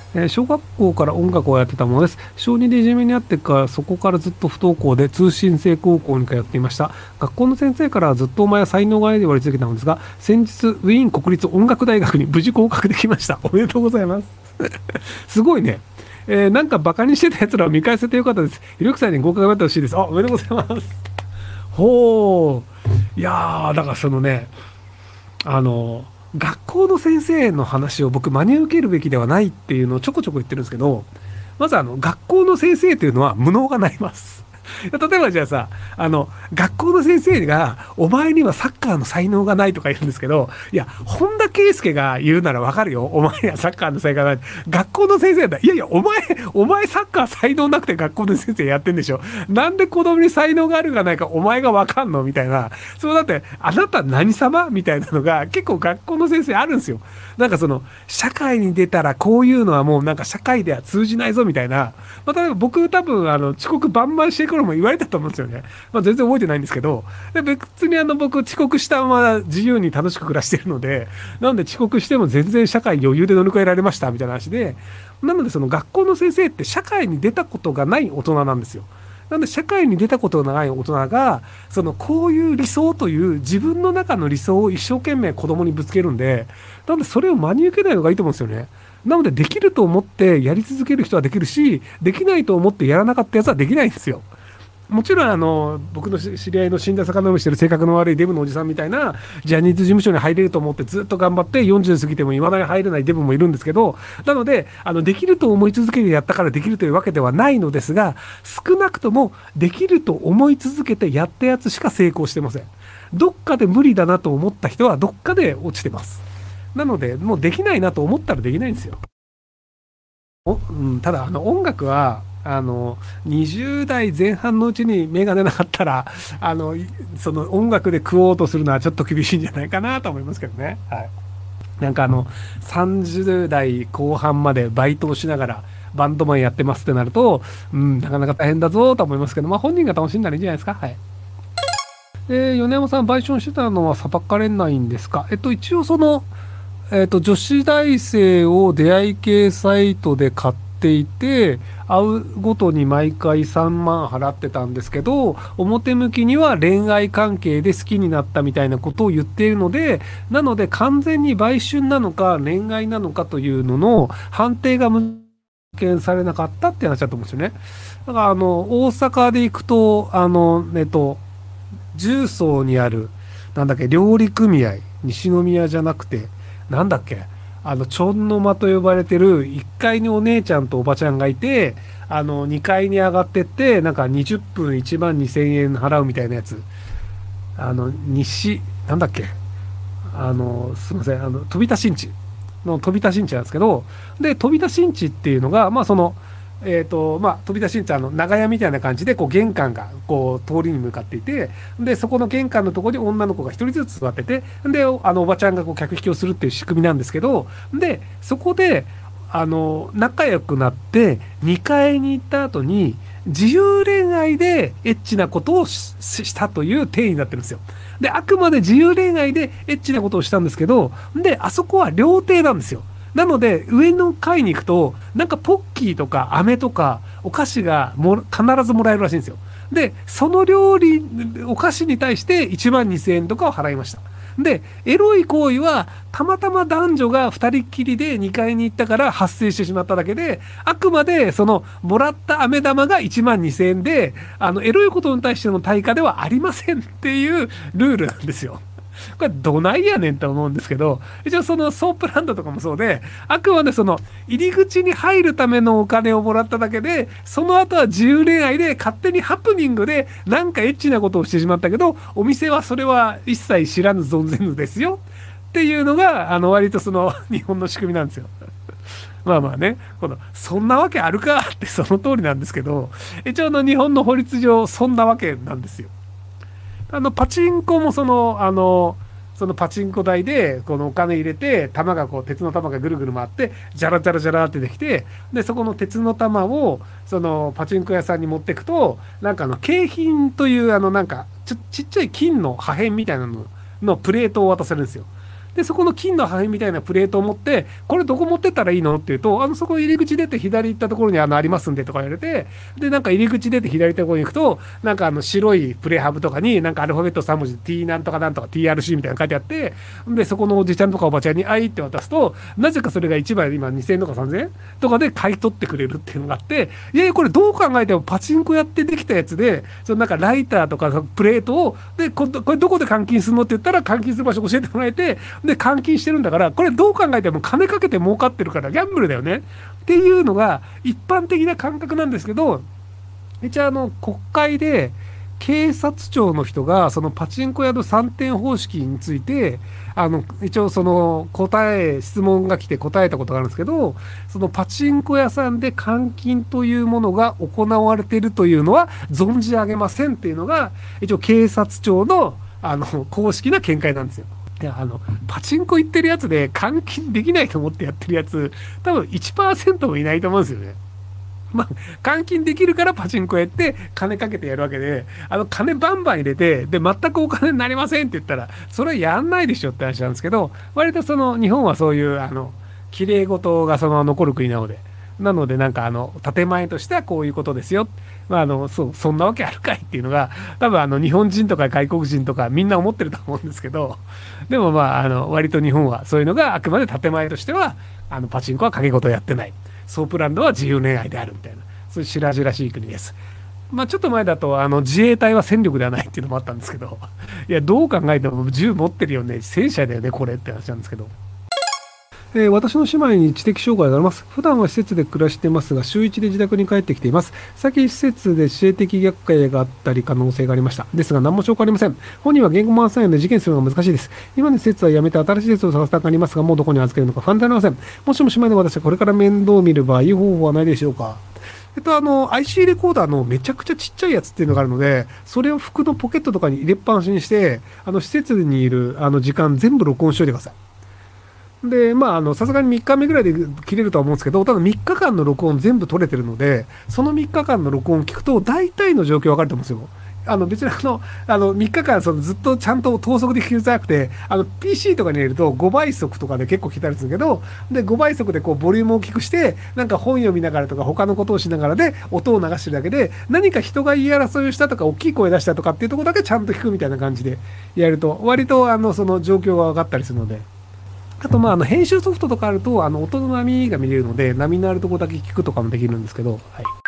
小学校から音楽をやってたものです。小2でいじめにあってからそこからずっと不登校で通信制高校に通っていました。学校の先生からはずっとお前は才能がないで言われ続けたのですが、先日ウィーン国立音楽大学に無事合格できました。おめでとうございます。すごいね。なんかバカにしてた奴らを見返せてよかったです。ひろゆきさんに合格がってほしいです。あ、おめでとうございます。ほう。いやー、だからそのね、あの、学校の先生の話を僕真に受けるべきではないっていうのをちょこちょこ言ってるんですけど、まず学校の先生というのは無能がなります。例えばじゃあさ、学校の先生が、お前にはサッカーの才能がないとか言うんですけど、いや、本田圭佑が言うならわかるよ。お前にはサッカーの才能がない。学校の先生だ。いやいや、お前サッカー才能なくて学校の先生やってんでしょ。なんで子供に才能があるかないかお前がわかんのみたいな。そうだって、あなた何様みたいなのが結構学校の先生あるんですよ。なんかその、社会に出たらこういうのはもうなんか社会では通じないぞみたいな。まあ、例えば僕多分遅刻バンバンしてくるも言われたと思うんですよね。まあ、全然覚えてないんですけど、で別に僕遅刻したまま自由に楽しく暮らしてるので、なので遅刻しても全然社会余裕で乗り越えられましたみたいな話で、なのでその学校の先生って社会に出たことがない大人なんですよ。なので社会に出たことのない大人が、そのこういう理想という自分の中の理想を一生懸命子供にぶつけるんで、なのでそれを真に受けないのがいいと思うんですよね。なのでできると思ってやり続ける人はできるし、できないと思ってやらなかったやつはできないんですよ。もちろん僕の知り合いの死んだ魚をしてる性格の悪いデブのおじさんみたいなジャニーズ事務所に入れると思ってずっと頑張って40過ぎても未だに入れないデブもいるんですけど、なのでできると思い続けてやったからできるというわけではないのですが、少なくともできると思い続けてやったやつしか成功してません。どっかで無理だなと思った人はどっかで落ちてます。なのでもうできないなと思ったらできないんですよ。ただ音楽は20代前半のうちに芽が出なかったらその音楽で食おうとするのはちょっと厳しいんじゃないかなと思いますけどね。はい。なんか30代後半までバイトをしながらバンドマンやってますってなると、なかなか大変だぞと思いますけど、まあ本人が楽しんだらいいんじゃないですか。はい。米山さん、売春してたのは裁かれないんですか？一応その、女子大生を出会い系サイトで買っていて、会うごとに毎回3万払ってたんですけど、表向きには恋愛関係で好きになったみたいなことを言っているので、なので完全に売春なのか恋愛なのかというのの判定が難されなかったって話だと思うんですよね。だから大阪で行くと、重曹にある、なんだっけ、料理組合、西宮じゃなくて、なんだっけ、ちょんの間と呼ばれてる1階にお姉ちゃんとおばちゃんがいて、2階に上がってって、なんか20分1万2000円払うみたいなやつ。なんだっけ、すいません、飛田新地の飛田新地なんですけど、で、飛田新地っていうのが、まあ、まあ、飛田新地は長屋みたいな感じで、こう、玄関が、こう、通りに向かっていて、で、そこの玄関のところに女の子が一人ずつ座ってて、で、おばちゃんがこう、客引きをするっていう仕組みなんですけど、で、そこで、仲良くなって、2階に行った後に、自由恋愛でエッチなことをしたという体になってるんですよ。で、あくまで自由恋愛でエッチなことをしたんですけど、で、あそこは料亭なんですよ。なので、上の階に行くと、なんかポッキーとか飴とかお菓子が必ずもらえるらしいんですよ。で、その料理、お菓子に対して1万2000円とかを払いました。で、エロい行為は、たまたま男女が2人っきりで2階に行ったから発生してしまっただけで、あくまで、その、もらった飴玉が1万2000円で、エロいことに対しての対価ではありませんっていうルールなんですよ。これどないやねんと思うんですけど、一応そのソープランドとかもそうで、あくまでその入り口に入るためのお金をもらっただけで、その後は自由恋愛で勝手にハプニングでなんかエッチなことをしてしまったけど、お店はそれは一切知らぬ存ぜぬですよっていうのが、割とその日本の仕組みなんですよ。まあまあね、そんなわけあるかってその通りなんですけど、一応日本の法律上そんなわけなんですよ。パチンコもそのパチンコ台で、このお金入れて、玉がこう、鉄の玉がぐるぐる回って、じゃらじゃらじゃらってできて、で、そこの鉄の玉を、そのパチンコ屋さんに持っていくと、なんか景品という、なんかちっちゃい金の破片みたいなののプレートを渡せるんですよ。 で、そこの金の破片みたいなプレートを持って、これどこ持ってったらいいのって言うと、そこ入り口出て左行ったところにありますんでとか言われて、で、なんか入り口出て左行ったところに行くと、なんか白いプレハブとかに、なんかアルファベット3文字で T なんとかなんとか TRC みたいなの書いてあって、で、そこのおじちゃんとかおばちゃんに、あいって渡すと、なぜかそれが1枚今2000円とか3000円とかで買い取ってくれるっていうのがあって、いやいや、これどう考えてもパチンコやってできたやつで、そのなんかライターとかプレートを、で、これどこで換金するのって言ったら、換金する場所教えてもらえて、で、換金してるんだから、これどう考えても金かけて儲かってるからギャンブルだよねっていうのが一般的な感覚なんですけど、一応国会で警察庁の人がそのパチンコ屋の3点方式について一応その質問が来て答えたことがあるんですけど、そのパチンコ屋さんで換金というものが行われているというのは存じ上げませんっていうのが一応警察庁の公式な見解なんですよ。いやパチンコ行ってるやつで換金できないと思ってやってるやつ多分 1% もいないと思うんですよね。まあ、換金できるからパチンコやって金かけてやるわけで、金バンバン入れて、で、全くお金になりませんって言ったら、それはやんないでしょって話なんですけど、割と日本はそういう、綺麗事が残る国なので、なんか建前としてはこういうことですよ。まあ、そんなわけあるかいっていうのが、多分日本人とか外国人とかみんな思ってると思うんですけど、でもまあ、割と日本はそういうのがあくまで建前としては、パチンコは賭け事やってない。ソープランドは自由恋愛であるみたいな、そういう白々しい国です。まあちょっと前だと自衛隊は戦力ではないっていうのもあったんですけど、いやどう考えても銃持ってるよね、戦車だよねこれって話なんですけど。私の姉妹に知的障害があります。普段は施設で暮らしていますが、週1で自宅に帰ってきています。最近施設で指定的虐待があったり可能性がありました。ですが何も証拠ありません。本人は言語満載なので事件するのが難しいです。今の施設はやめて新しい施設を探すたくありますが、もうどこに預けるのか不安でありません。もしも姉妹の私がこれから面倒を見る場合、いい方法はないでしょうか。IC レコーダーのめちゃくちゃちっちゃいやつっていうのがあるので、それを服のポケットとかに入れっぱなしにして、施設にいる時間全部録音しておいてください。で、まあ、さすがに3日目ぐらいで切れるとは思うんですけど、ただ3日間の録音全部取れてるので、その3日間の録音を聞くと、大体の状況わかると思うんですよ。別に3日間ずっとちゃんと等速で聞くんじゃなくて、PC とかに入れると5倍速とかで結構聞いたりするけど、で、5倍速でこう、ボリュームを大きくして、なんか本読みながらとか他のことをしながらで、音を流してるだけで、何か人が言い争いをしたとか、大きい声出したとかっていうところだけちゃんと聞くみたいな感じでやると、割とその状況が分かったりするので、あと、まあ、編集ソフトとかあると、音の波が見れるので、波のあるところだけ聞くとかもできるんですけど、はい。